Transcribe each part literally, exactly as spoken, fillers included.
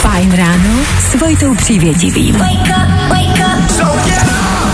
Fajn ráno s Vojtou Přívětivým. Wake up, wake up. So yeah.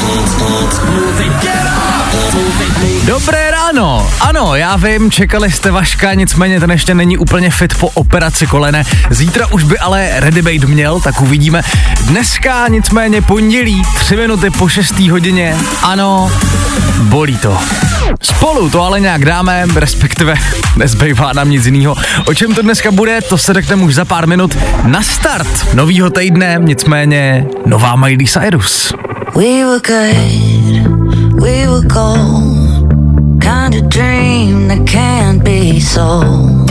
Dobré ráno, ano, já vím, čekali jste Vaška, nicméně ten ještě není úplně fit po operaci kolene. Zítra už by ale ready být měl, tak uvidíme. Dneska nicméně pondělí, tři minuty po šestý hodině, ano, bolí to. Spolu to ale nějak dáme, respektive nezbývá nám nic jinýho. O čem to dneska bude, to se řekneme už za pár minut. Na start novýho týdne, nicméně nová Miley Cyrus. We were good, we were gold, kind of dream that can't be sold.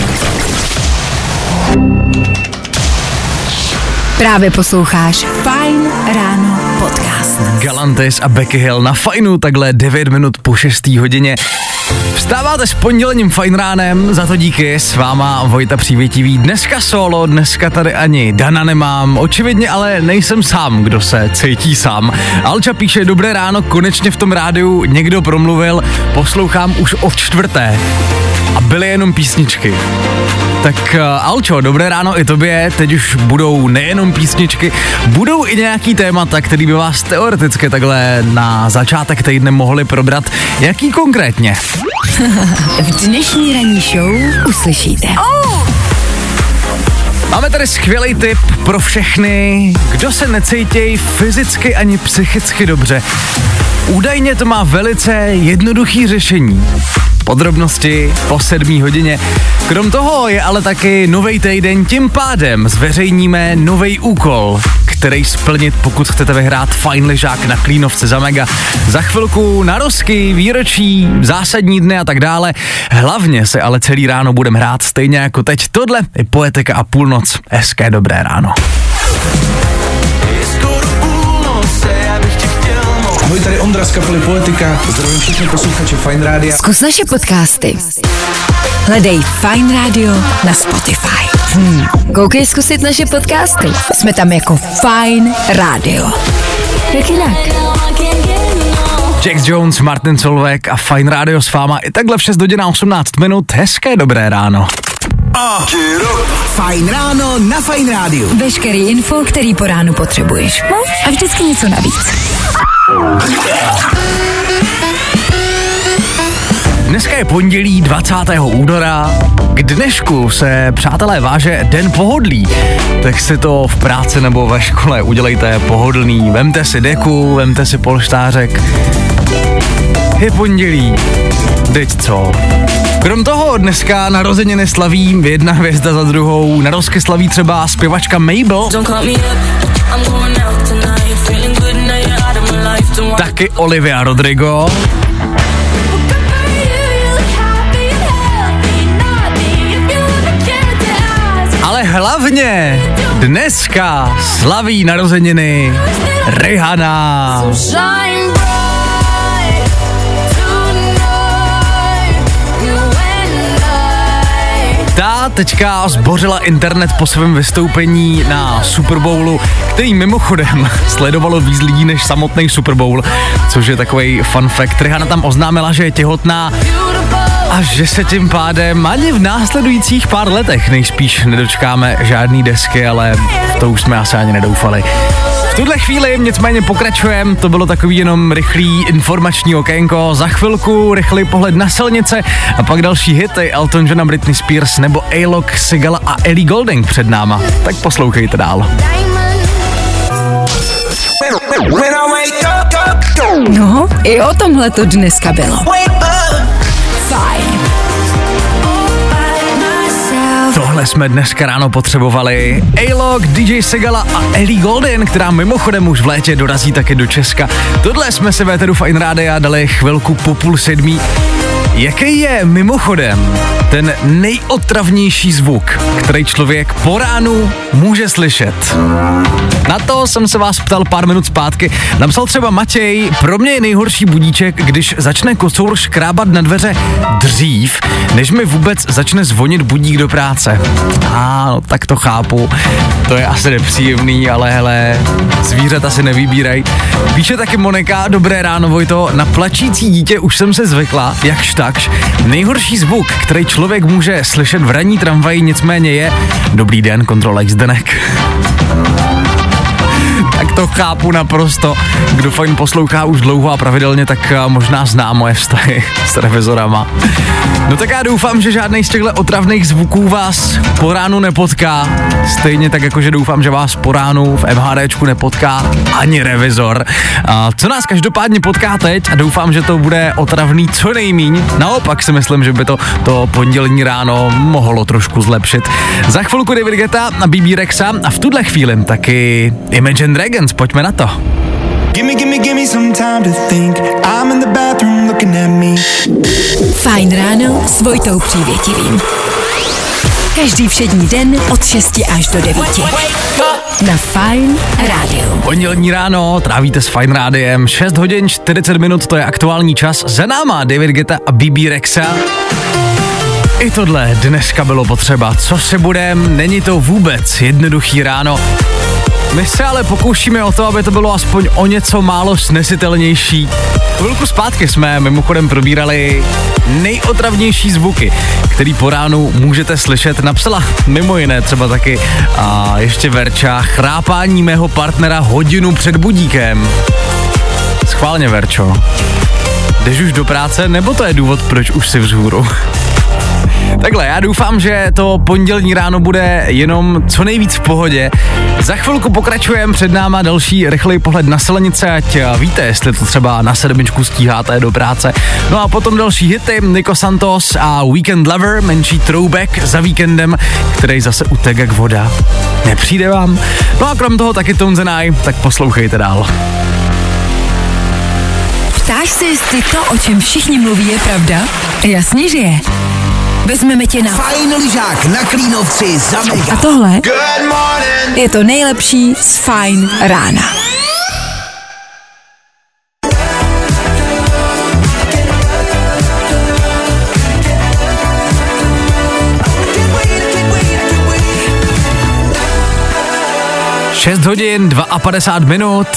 Právě posloucháš Fajn ráno podcast. Galantis a Becky Hill na Fajnu, takhle devět minut po šestý hodině. Vstáváte s pondělním Fajn ránem, za to díky, s váma Vojta Přívětivý. Dneska solo, dneska tady ani Dana nemám, očividně ale nejsem sám, kdo se cítí sám. Alča píše, dobré ráno, konečně v tom rádiu někdo promluvil, poslouchám už od čtvrté. A byly jenom písničky. Tak uh, Alčo, dobré ráno i tobě, teď už budou nejenom písničky, budou i nějaký témata, který by vás teoreticky takhle na začátek týdne mohli probrat. Jaký konkrétně? V dnešní ranní show uslyšíte. Oh! Máme tady skvělý tip pro všechny, kdo se necítějí fyzicky ani psychicky dobře. Údajně to má velice jednoduchý řešení. Podrobnosti po sedmý hodině. Krom toho je ale taky novej týden, tím pádem zveřejníme novej úkol, který splnit, pokud chcete vyhrát fajn ležák na Klínovce za mega. Za chvilku narozky, výročí, zásadní dny a tak dále. Hlavně se ale celý ráno budeme hrát stejně jako teď. Tohle je Poetika a půlnoc. Hezké dobré ráno. Ahoj, tady Ondra z kapely Poetika, zdravím všechny posluchače Fajn rádia. Zkus naše podcasty. Hledej Fajn rádio na Spotify. Hmm. Koukej zkusit naše podcasty. Jsme tam jako Fajn rádio. Jak jinak? Jax Jones, Martin Solveig a Fajn rádio s váma i takhle v šest hodin a osmnáct minut. Hezké dobré ráno. Fajn ráno na Fajn rádiu. Veškerý info, který po ránu potřebuješ. No? A vždycky něco navíc. Dneska je pondělí dvacátého února. K dnešku se, přátelé, váže Den pohodlí. Tak si to v práci nebo ve škole udělejte pohodlný. Vemte si deku, vemte si polštářek. Je pondělí. Teď co? Krom toho dneska narozeniny slaví jedna hvězda za druhou. Narozky slaví třeba zpěvačka Mabel. Taky Olivia Rodrigo. Ale hlavně dneska slaví narozeniny Rihanna. Ta teďka zbořila internet po svém vystoupení na Super Bowlu, který mimochodem sledovalo víc lidí než samotný Super Bowl, což je takový fun fact. Rihanna tam oznámila, že je těhotná a že se tím pádem ani v následujících pár letech nejspíš nedočkáme žádný desky, ale to už jsme asi ani nedoufali. V tuhle chvíli nicméně pokračujeme, to bylo takový jenom rychlý informační okénko, za chvilku rychlý pohled na silnice a pak další hity Elton John a Britney Spears nebo A-Lok, Sigala a Ellie Goulding před náma, tak poslouchejte dál. No, i o tomhle to dneska bylo. Fajn. Tohle jsme dneska ráno potřebovali. A-Lok, D J Sigala a Ellie Goulding, která mimochodem už v létě dorazí taky do Česka. Tohle jsme si ve Éteru Fajn rádia dali chvilku po půl sedmí. Jaký je mimochodem ten nejotravnější zvuk, který člověk po ránu může slyšet? Na to jsem se vás ptal pár minut zpátky. Napsal třeba Matěj, pro mě je nejhorší budíček, když začne kocour škrábat na dveře dřív, než mi vůbec začne zvonit budík do práce. A no, tak to chápu, to je asi nepříjemný, ale hele, zvířata si nevybírají. Píše taky Monika, dobré ráno Vojto, na plačící dítě už jsem se zvykla, jakž takž. Nejhorší zvuk, který člověk může slyšet v ranní tramvaji, nicméně je dobrý den, kontrola Zdenek. Tak to chápu naprosto. Kdo Fajn poslouchá už dlouho a pravidelně, tak možná zná moje vztahy s revizorama. No tak já doufám, že žádnej z těchto otravných zvuků vás po ránu nepotká. Stejně tak jako, že doufám, že vás po ránu v MHDčku nepotká ani revizor. A co nás každopádně potká teď a doufám, že to bude otravný co nejmíň. Naopak si myslím, že by to to pondělní ráno mohlo trošku zlepšit. Za chvilku David Guetta a B B Rexa a v tuhle chvíli taky Imagine Dragons, pojďme na to. Gimme, gimme, gimme some time to think. I'm in the bathroom looking at me. Fajn ráno s Vojtou Přívětivým. Každý všední den od šesti až do devíti. Na Fajn rádiu. Pondělní ráno trávíte s Fajn rádiem. šest hodin čtyřicet minut, to je aktuální čas. Za náma David Guetta a B B Rexa. I tohle dneska bylo potřeba. Co se budem, není to vůbec jednoduchý ráno. My se ale pokoušíme o to, aby to bylo aspoň o něco málo snesitelnější. Chvilku zpátky jsme mimochodem probírali nejotravnější zvuky, který po ránu můžete slyšet. Napsala mimo jiné třeba taky a ještě Verča chrápání mého partnera hodinu před budíkem. Schválně, Verčo. Jdeš už do práce, nebo to je důvod, proč už si vzhůru? Takhle, já doufám, že to pondělní ráno bude jenom co nejvíc v pohodě. Za chvilku pokračujeme, před náma další rychlej pohled na silnice, ať víte, jestli to třeba na sedmičku stíháte do práce. No a potom další hity, Nico Santos a Weekend Lover, menší throwback za víkendem, který zase utek jak voda. Nepřijde vám? No a krom toho taky Tones and I, tak poslouchejte dál. Ptáš se, jestli to, o čem všichni mluví, je pravda? Jasně, že je. Vezmeme tě na Fajn lyžák na Klínovci za mega. A tohle je to nejlepší z Fajn rána. šest hodin, padesát dva minut.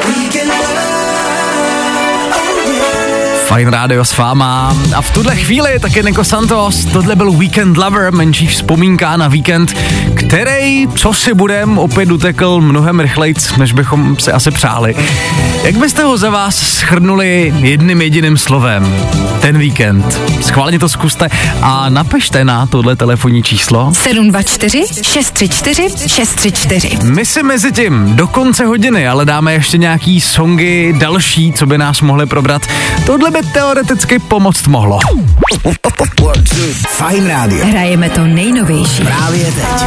Fajn rádio s váma. A v tuhle chvíli taky Nico Santos, tohle byl Weekend Lover, menší vzpomínka na víkend, který, co si budem, opět utekl mnohem rychlejc, než bychom si asi přáli. Jak byste ho za vás shrnuli jedním jediným slovem? Ten víkend. Schválně to zkuste a napište na tohle telefonní číslo sedm dva čtyři šest tři čtyři šest tři čtyři. My si mezi tím do konce hodiny ale dáme ještě nějaký songy další, co by nás mohly probrat. Tohle by teoreticky pomoct mohlo. Fajn rádio. Hrajeme to nejnovější. Právě teď.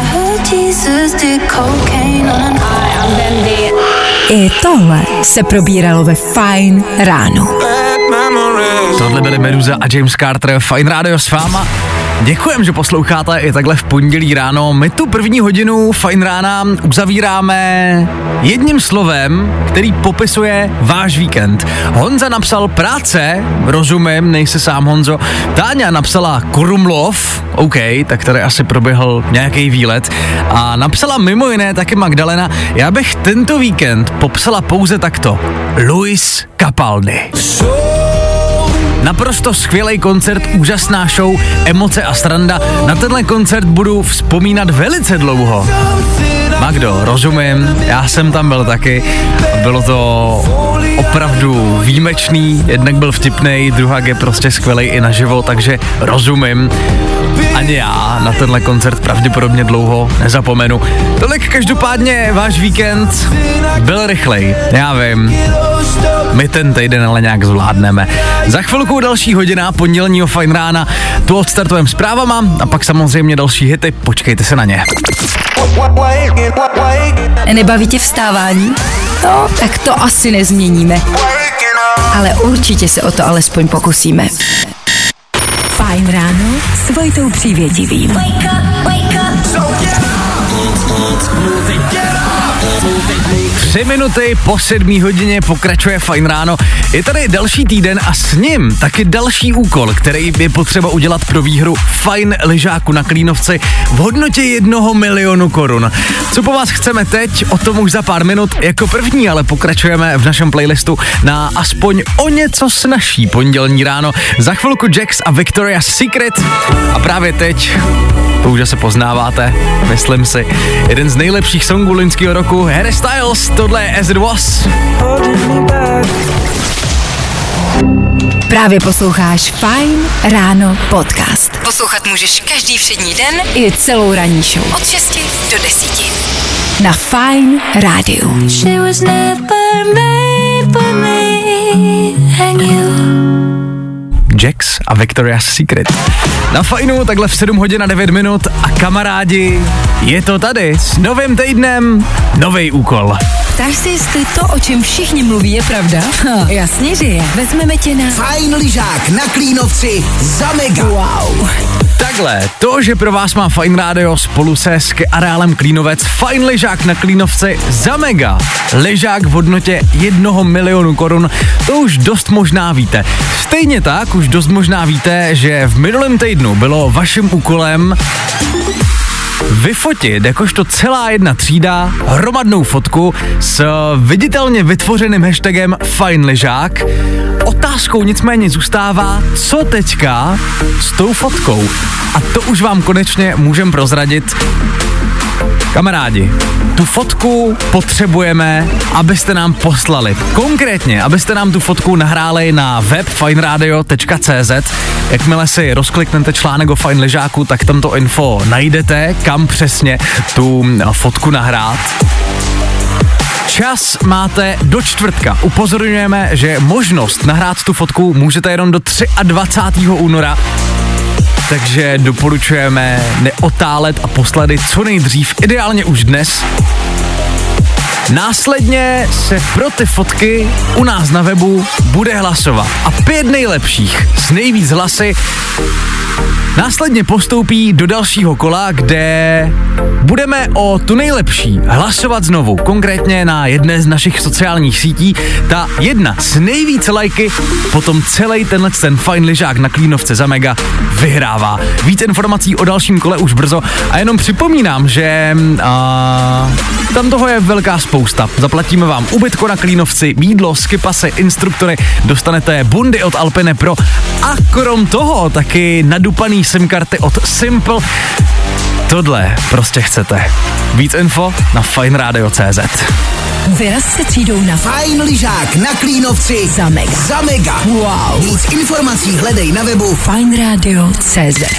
I tohle se probíralo ve Fajn ráno. Tohle byly Meduza a James Carter, Fajn rádio s váma. Děkujem, že posloucháte i takhle v pondělí ráno. My tu první hodinu Fajn rána uzavíráme jedním slovem, který popisuje váš víkend. Honza napsal práce, rozumím, nejsi sám Honzo. Táňa napsala Krumlov, OK, tak tady asi proběhl nějaký výlet. A napsala mimo jiné taky Magdalena, já bych tento víkend popsala pouze takto. Luis Capaldi. Naprosto skvělý koncert, úžasná show, emoce a sranda. Na tenhle koncert budu vzpomínat velice dlouho. Magdo, rozumím, já jsem tam byl taky. Bylo to opravdu výjimečný, jednak byl vtipnej, druhák je prostě skvělej i naživo, takže rozumím. Ani já na tenhle koncert pravděpodobně dlouho nezapomenu. Tolik každopádně váš víkend byl rychlej, já vím. My ten týden ale nějak zvládneme. Za chvilku další hodina pondělního Fajn rána, tu odstartujeme zprávama a pak samozřejmě další hity, počkejte se na ně. Nebaví tě vstávání? No, tak to asi nezměníme. Ale určitě se o to alespoň pokusíme. Fajn ráno s Vojtou Přívětivým. Tři minuty po sedmý hodině pokračuje Fajn ráno. Je tady další týden a s ním taky další úkol, který je potřeba udělat pro výhru Fajn lyžáku na Klínovci v hodnotě jednoho milionu korun. Co po vás chceme teď, o tom už za pár minut. Jako první ale pokračujeme v našem playlistu na aspoň o něco snazší pondělní ráno. Za chvilku Jax a Victoria's Secret a právě teď, to už se poznáváte, myslím si, jeden z nejlepších songů loňského roku, Harry Styles, to tohle je As It Was. Právě posloucháš Fajn ráno podcast. Poslouchat můžeš každý všední den i celou ranní show. Od šesti do desíti. Na Fajn rádiu. She was never made for me and you. Jax a Victoria's Secret. Na Fajnu takhle v sedm hodin a devět minut a kamarádi, je to tady s novým týdnem, nový úkol. Ptáš si, jestli to, o čem všichni mluví, je pravda? Ha, jasně, že je. Vezmeme tě na Fajn lyžák na Klínovci za mega. Wow. Takhle, to, že pro vás má Fajn rádio spolu se s areálem Klínovec Fajn lyžák na Klínovci za mega. Lyžák v hodnotě jednoho milionu korun, to už dost možná víte. Stejně tak už dost možná víte, že v minulém týdnu bylo vaším úkolem vyfotit jakožto celá jedna třída hromadnou fotku s viditelně vytvořeným hashtagem Fajn lyžák. Otázkou nicméně zůstává, co teďka s tou fotkou. A to už vám konečně můžem prozradit. Kamarádi, tu fotku potřebujeme, abyste nám poslali. Konkrétně, abyste nám tu fotku nahráli na web fajnradio tečka cé zet. Jakmile si rozkliknete článek o Fajn lyžáku, tak tam to info najdete, kam přesně tu fotku nahrát. Čas máte do čtvrtka. Upozorňujeme, že možnost nahrát tu fotku můžete jenom do dvacátého třetího února. Takže doporučujeme neotálet a poslat co nejdřív, ideálně už dnes. Následně se pro ty fotky u nás na webu bude hlasovat a pět nejlepších s nejvíc hlasy následně postoupí do dalšího kola, kde budeme o tu nejlepší hlasovat znovu, konkrétně na jedné z našich sociálních sítí. Ta jedna s nejvíce lajky potom celý tenhle ten Fajn lyžák na Klínovce za mega vyhrává. Víc informací o dalším kole už brzo a jenom připomínám, že a, tam toho je velká spousta. Zaplatíme vám ubytko na Klínovci, jídlo, skipasy, instruktory, dostanete bundy od Alpine Pro a krom toho taky nadupaný SIM karty od Simple. Tohle prostě chcete. Víc info na fajnradio tečka cé zet. Vyraz se třídou na Fajn lyžák na Klínovci za mega. Za mega. Wow. Víc informací hledej na webu fajnradio tečka cé zet.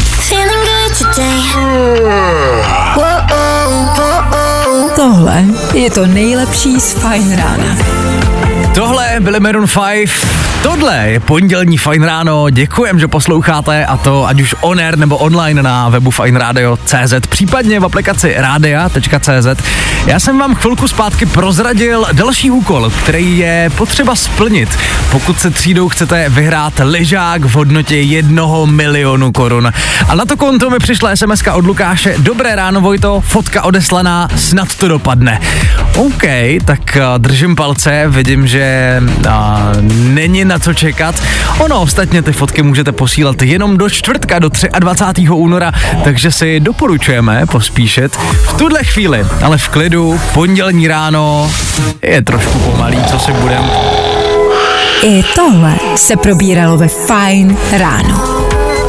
Tohle je to nejlepší z Fajn rána. Tohle byly Maroon pět, tohle je pondělní Fajn ráno, děkujem, že posloucháte a to ať už on air nebo online na webu fajnradio tečka cé zet, případně v aplikaci radia tečka cé zet. Já jsem vám chvilku zpátky prozradil další úkol, který je potřeba splnit, pokud se třídou chcete vyhrát lyžák v hodnotě jednoho milionu korun. A na to konto mi přišla es em eska od Lukáše. Dobré ráno, Vojto, fotka odeslaná, snad to dopadne. OK, tak držím palce, vidím, že a, není na co čekat. Ono, ostatně ty fotky můžete posílat jenom do čtvrtka, do dvacátého třetího února, takže si doporučujeme pospíšet. V tuhle chvíli, ale v klidu, pondělní ráno je trošku pomalý, co si budem. I tohle se probíralo ve Fajn ráno.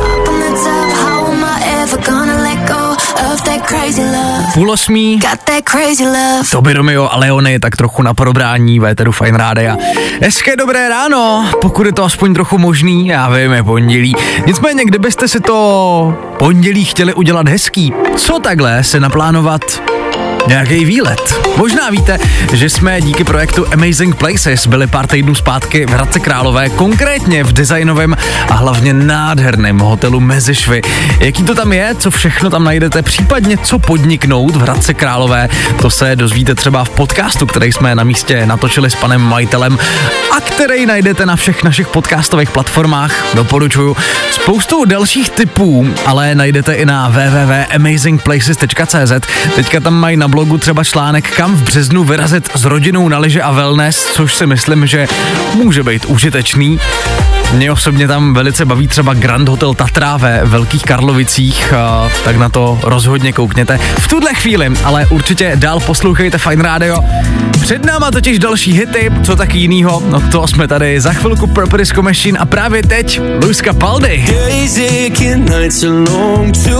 Půl osmí, Toby Romeo a Leony tak trochu na probrání véteru Fajn rádia. Hezké dobré ráno, pokud je to aspoň trochu možný, já vím, je pondělí. Nicméně, kdybyste si to pondělí chtěli udělat hezký, co takhle se naplánovat nějaký výlet. Možná víte, že jsme díky projektu Amazing Places byli pár týdnů zpátky v Hradci Králové, konkrétně v designovém a hlavně nádherném hotelu Mezišvy. Jaký to tam je, co všechno tam najdete, případně co podniknout v Hradci Králové, to se dozvíte třeba v podcastu, který jsme na místě natočili s panem majitelem a který najdete na všech našich podcastových platformách. Doporučuju. Spoustu dalších tipů, ale najdete i na w w w tečka amazing places tečka cé zet. Teďka tam mají na blogu třeba článek, kam v březnu vyrazit s rodinou na lyže a wellness, což si myslím, že může být užitečný. Mě osobně tam velice baví třeba Grand Hotel Tatra ve Velkých Karlovicích, tak na to rozhodně koukněte. V tuhle chvíli, ale určitě dál poslouchejte Fajn rádio. Před náma totiž další hity, co taky jinýho, no to jsme tady za chvilku Purple Disco Machine a právě teď Luis Capaldi.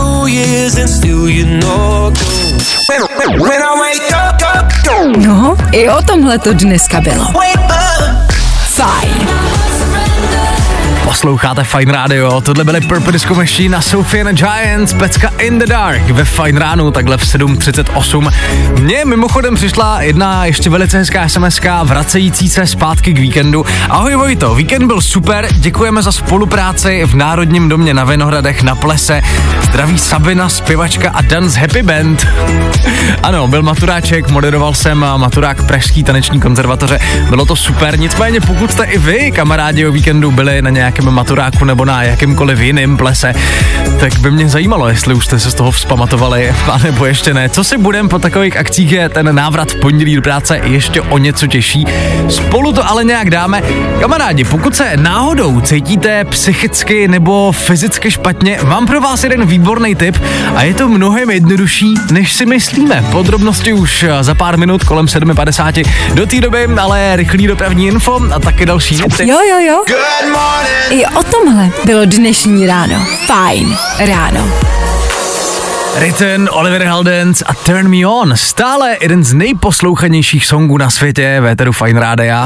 No, I o tomhle to dneska bylo. Fajn. Posloucháte Fajn Radio, tohle byly Purple Disco Machine a Sophie and the Giants, pecka In the Dark ve Fajn ránu, takhle v sedm třicet osm. Mně mimochodem přišla jedna ještě velice hezká SMSka vracející se zpátky k víkendu. Ahoj Vojto, víkend byl super, děkujeme za spolupráci v Národním domě na Vinohradech na plese. Zdraví Sabina, zpěvačka a Dan z Happy Band. Ano, byl maturáček, moderoval jsem maturák Pražský taneční konzervatoře, bylo to super, nicméně pokud jste i vy, kamarádi, o víkendu byli na nějakém maturáku nebo na jakýmkoliv jiným plese, tak by mě zajímalo, jestli už jste se z toho vzpamatovali, anebo ještě ne. Co si budem po takových akcích je ten návrat v pondělí do práce ještě o něco těžší. Spolu to ale nějak dáme. Kamarádi, pokud se náhodou cítíte psychicky nebo fyzicky špatně, mám pro vás jeden výborný tip a je to mnohem jednodušší, než si myslíme. Podrobnosti už za pár minut kolem sedm padesát. Do té doby ale rychlý dopravní info a taky další hity. Jo, jo, jo. I o tomhle bylo dnešní ráno. Fajn ráno. Return, Oliver Heldens a Turn Me On. Stále jeden z nejposlouchanějších songů na světě, véteru Fajn rádia.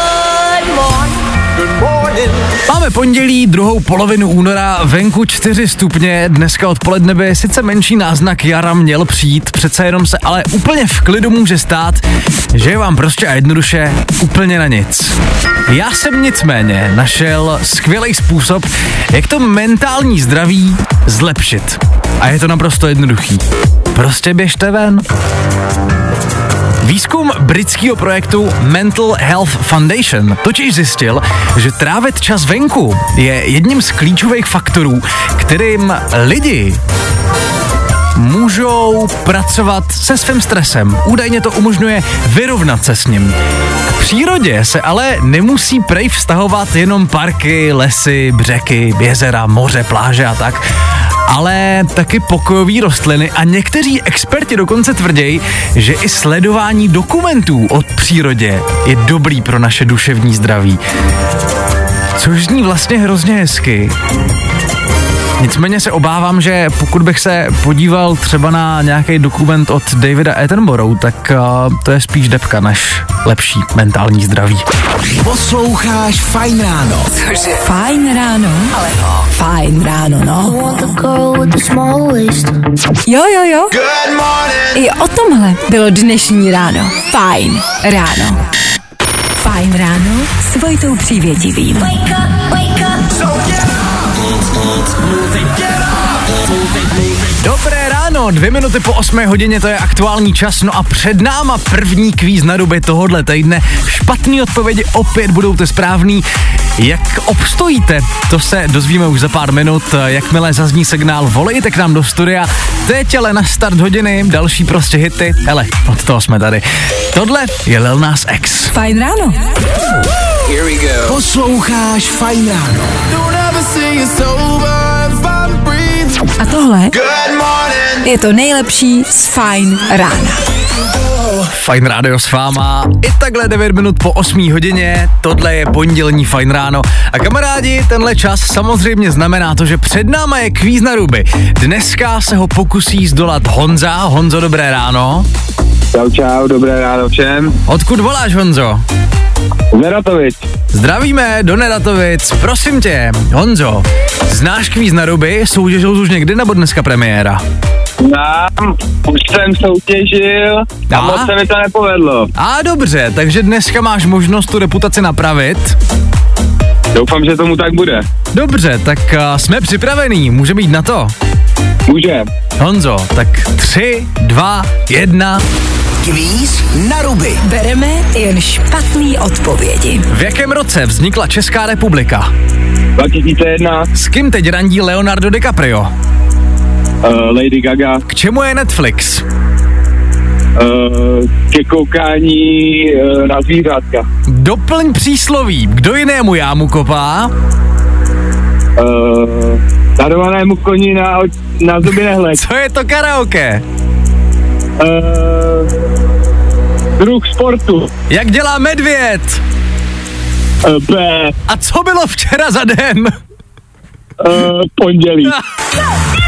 Máme pondělí, druhou polovinu února, venku čtyři stupně, dneska odpoledne by sice menší náznak jara měl přijít, přece jenom se ale úplně v klidu může stát, že je vám prostě a jednoduše úplně na nic. Já jsem nicméně našel skvělý způsob, jak to mentální zdraví zlepšit. A je to naprosto jednoduchý. Prostě běžte ven. Výzkum britského projektu Mental Health Foundation totiž zjistil, že trávit čas venku je jedním z klíčových faktorů, kterým lidi můžou pracovat se svým stresem. Údajně to umožňuje vyrovnat se s ním. K přírodě se ale nemusí prej vztahovat jenom parky, lesy, břeky, jezera, moře, pláže a tak, ale taky pokojové rostliny a někteří experti dokonce tvrdí, že i sledování dokumentů o přírodě je dobrý pro naše duševní zdraví. Což zní vlastně hrozně hezky. Nicméně se obávám, že pokud bych se podíval třeba na nějaký dokument od Davida Attenborough, tak uh, to je spíš depka než lepší mentální zdraví. Posloucháš Fajn ráno. Cože? Fajn ráno? Ale no, fajn ráno, no. Jo, jo, jo. I o tomhle bylo dnešní ráno. Fajn ráno. Fajn ráno s Vojtou Přívětivým. Wake up, wake up. So yeah. Dobré ráno, dvě minuty po osmé hodině, to je aktuální čas, no a před náma první kvíz na doby tohodle týdne. Špatný odpovědi opět budou ty správný. Jak obstojíte, to se dozvíme už za pár minut, jakmile zazní signál, volejte k nám do studia. Teď ale na start hodiny, další prostě hity, hele, od toho jsme tady. Tohle je Lil Nas X. Fajn ráno. Here we go. Posloucháš Fajn ráno. A tohle je to nejlepší z Fajn rána. Fajn rádio s váma, i takhle devět minut po osmé hodině, tohle je pondělní Fajn ráno. A kamarádi, tenhle čas samozřejmě znamená to, že před náma je kvíz na ruby. Dneska se ho pokusí zdolat Honza. Honzo, dobré ráno. Čau, čau, dobré ráno všem. Odkud voláš, Honzo? Neratovic. Zdravíme do Neratovic, prosím tě, Honzo, znáš kvíz na ruby, soutěžil už někdy nebo dneska premiéra? Znám, už jsem soutěžil a, a moc se mi to nepovedlo. A dobře, takže dneska máš možnost tu reputaci napravit. Doufám, že tomu tak bude. Dobře, tak uh, jsme připravení, můžeme jít na to? Může. Honzo, tak tři, dva, jedna. Kvíz na ruby. Bereme jen špatný odpovědi. V jakém roce vznikla Česká republika? dva tisíce jedna. S kým teď randí Leonardo DiCaprio? Uh, Lady Gaga. K čemu je Netflix? Uh, ke koukání uh, na zvířátka. Doplň přísloví. Kdo jinému jámu kopá? Uh, darovanému koni na, na zuby nehleď. Co je to karaoke? Uh, druh sportu. Jak dělá medvěd? Uh, B. A co bylo včera za den? Uh, pondělí.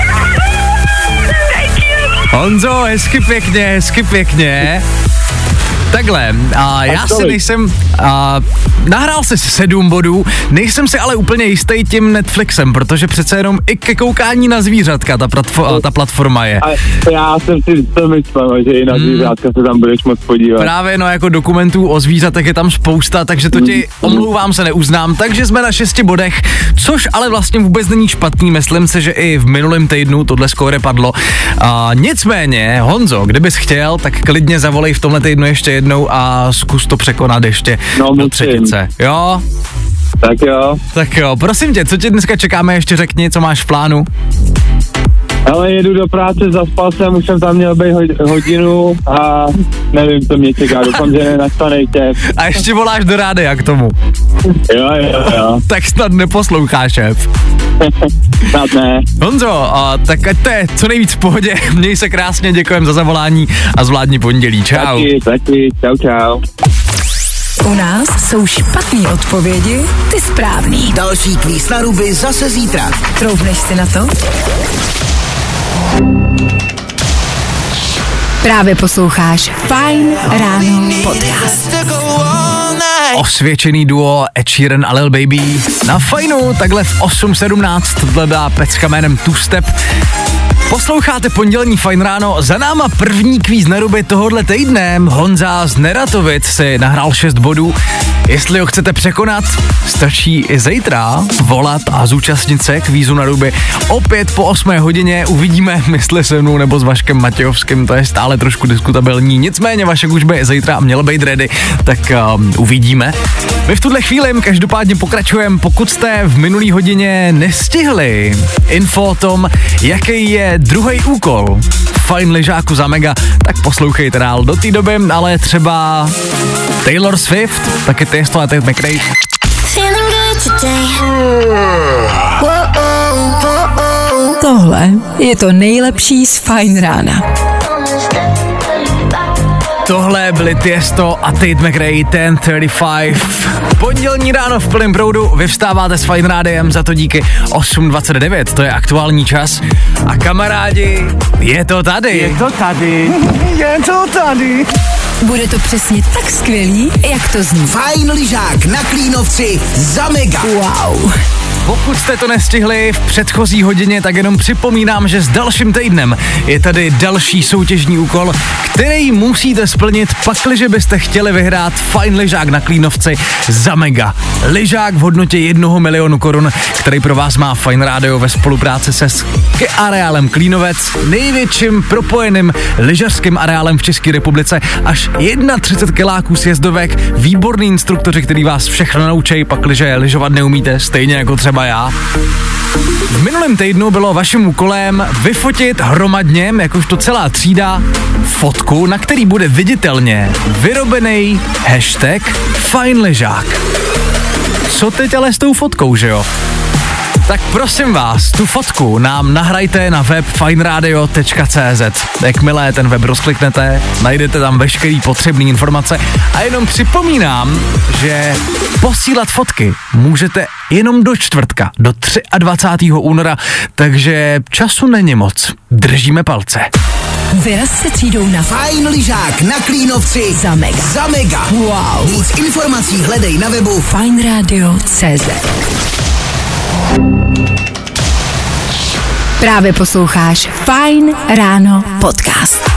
Honzo, hezky pěkně, hezky pěkně. Takhle, a já si nejsem, a, nahrál jsi sedm bodů, nejsem si ale úplně jistý tím Netflixem, protože přece jenom i ke koukání na zvířatka ta, platfo- ta platforma je. A já jsem si to myslel, že i na zvířátka se tam budeš moc podívat. Právě, no, jako dokumentů o zvířatech je tam spousta, takže to ti omlouvám se neuznám, takže jsme na šesti bodech, což ale vlastně vůbec není špatný, myslím si, že i v minulém týdnu tohle skóre padlo. A nicméně, Honzo, kdybys chtěl, tak klidně zavolej v tomhle týdnu ještě jednou a zkus to překonat ještě no, do třetice, jo? Tak jo. Tak jo, prosím tě, co tě dneska čekáme, ještě řekni, co máš v plánu? Ale jedu do práce, zaspal jsem, už jsem tam měl být hodinu a nevím, co mě čeká, doufám, že nenastane těp. A ještě voláš do rádia k tomu. Jo, jo, jo. Tak snad neposloucháš, šéf. Snad ne. Honzo, a, tak ať to je co nejvíc v pohodě, měj se krásně, děkujem za zavolání a zvládni pondělí, čau. Taky, taky, čau, čau. U nás jsou špatný odpovědi, ty správný. Další kvíz na ruby zase zítra. Troufneš si na to? Právě posloucháš Fajn ráno podcast. Osvědčený duo Ed Sheeran a Lil Baby na Fajnu, takhle v osm sedmnáct hledá pecka jménem Two Step. Posloucháte pondělní Fajn ráno, za náma první kvíz na ruby tohodle týdnem. Honza z Neratovic si nahrál šest bodů. Jestli ho chcete překonat, stačí i zítra volat a zúčastnit se kvízu na ruby. Opět po osmé hodině uvidíme, jestli se mnou nebo s Vaškem Matějovským, to je stále trošku diskutabilní. Nicméně Vašek už by zítra měl být ready, tak um, uvidíme. My v tuhle chvíli každopádně pokračujeme, pokud jste v minulý hodině nestihli info o tom, jaký je druhý úkol Fajn lyžáku za mega, tak poslouchejte dál do té doby, ale třeba Taylor Swift, taky Tiesto a Tate McRae. Tohle je to nejlepší z Fajn rána. Tohle byly Tiesto a Tate McRae ten třicet pět. Pondělní ráno v plném proudu, vy vstáváte s Fajn rádiem, za to díky osm dvacet devět, to je aktuální čas. A kamarádi, je to tady. Je to tady. Je to tady. Bude to přesně tak skvělý, jak to zní. Fajn lyžák na Klínovci za mega. Wow. Pokud jste to nestihli v předchozí hodině, tak jenom připomínám, že s dalším týdnem je tady další soutěžní úkol, který musíte splnit, pakliže byste chtěli vyhrát Fajn lyžák na Klínovci za mega. Lyžák v hodnotě jednoho milionu korun, který pro vás má Fajn rádio ve spolupráci se ski areálem Klínovec, největším propojeným lyžařským areálem v České republice, až třicet jedna kiláků sjezdovek, výborný instruktoři, který vás všechno naučí, pakliže lyžovat neumíte, stejně jako třeba já. V minulém týdnu bylo vaším úkolem vyfotit hromadně, jakožto celá třída, fotku, na který bude viditelně vyrobený hashtag Fajn lyžák. Co teď ale s tou fotkou, že jo? Tak prosím vás, tu fotku nám nahrajte na web fajnradio tečka cé zet. Jakmile ten web rozkliknete, najdete tam veškerý potřebné informace a jenom připomínám, že posílat fotky můžete jenom do čtvrtka, do dvacátého třetího února, takže času není moc. Držíme palce. Vyraz se třídou na Fajn lyžák na Klínovci za mega. Za mega. Wow. Víc informací hledej na webu fajnradio tečka cé zet. Právě posloucháš Fajn ráno podcast.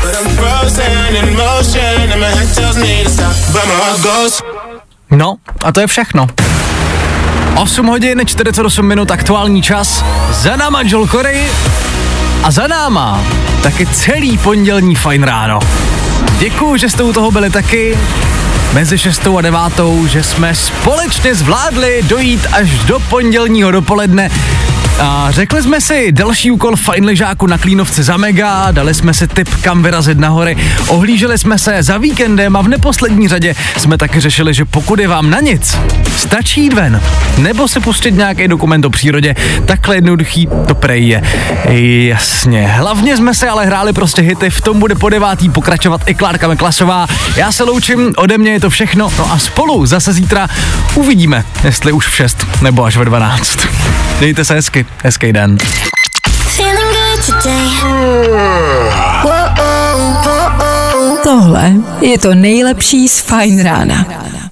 No, a to je všechno. osm hodin, čtyřicet osm minut, aktuální čas. Za náma Joel Corey a za náma taky celý pondělní Fajn ráno. Děkuju, že jste u toho byli taky. Mezi šestou a devátou, že jsme společně zvládli dojít až do pondělního dopoledne. A řekli jsme si další úkol Fajn lyžáku na Klínovci za mega, dali jsme si tip, kam vyrazit na hory, ohlíželi jsme se za víkendem a v neposlední řadě jsme taky řešili, že pokud je vám na nic, stačí jít ven, nebo se pustit nějaký dokument o přírodě, takhle jednoduchý to prej je. Jasně, hlavně jsme se ale hráli prostě hity, v tom bude po devátý pokračovat i Klárka Meklasová. Já se loučím, ode mě je to všechno, no a spolu zase zítra uvidíme, jestli už v šest nebo až ve dvanáct. Dejte se hezky, hezký den. tohle je to nejlepší z Fajn rána.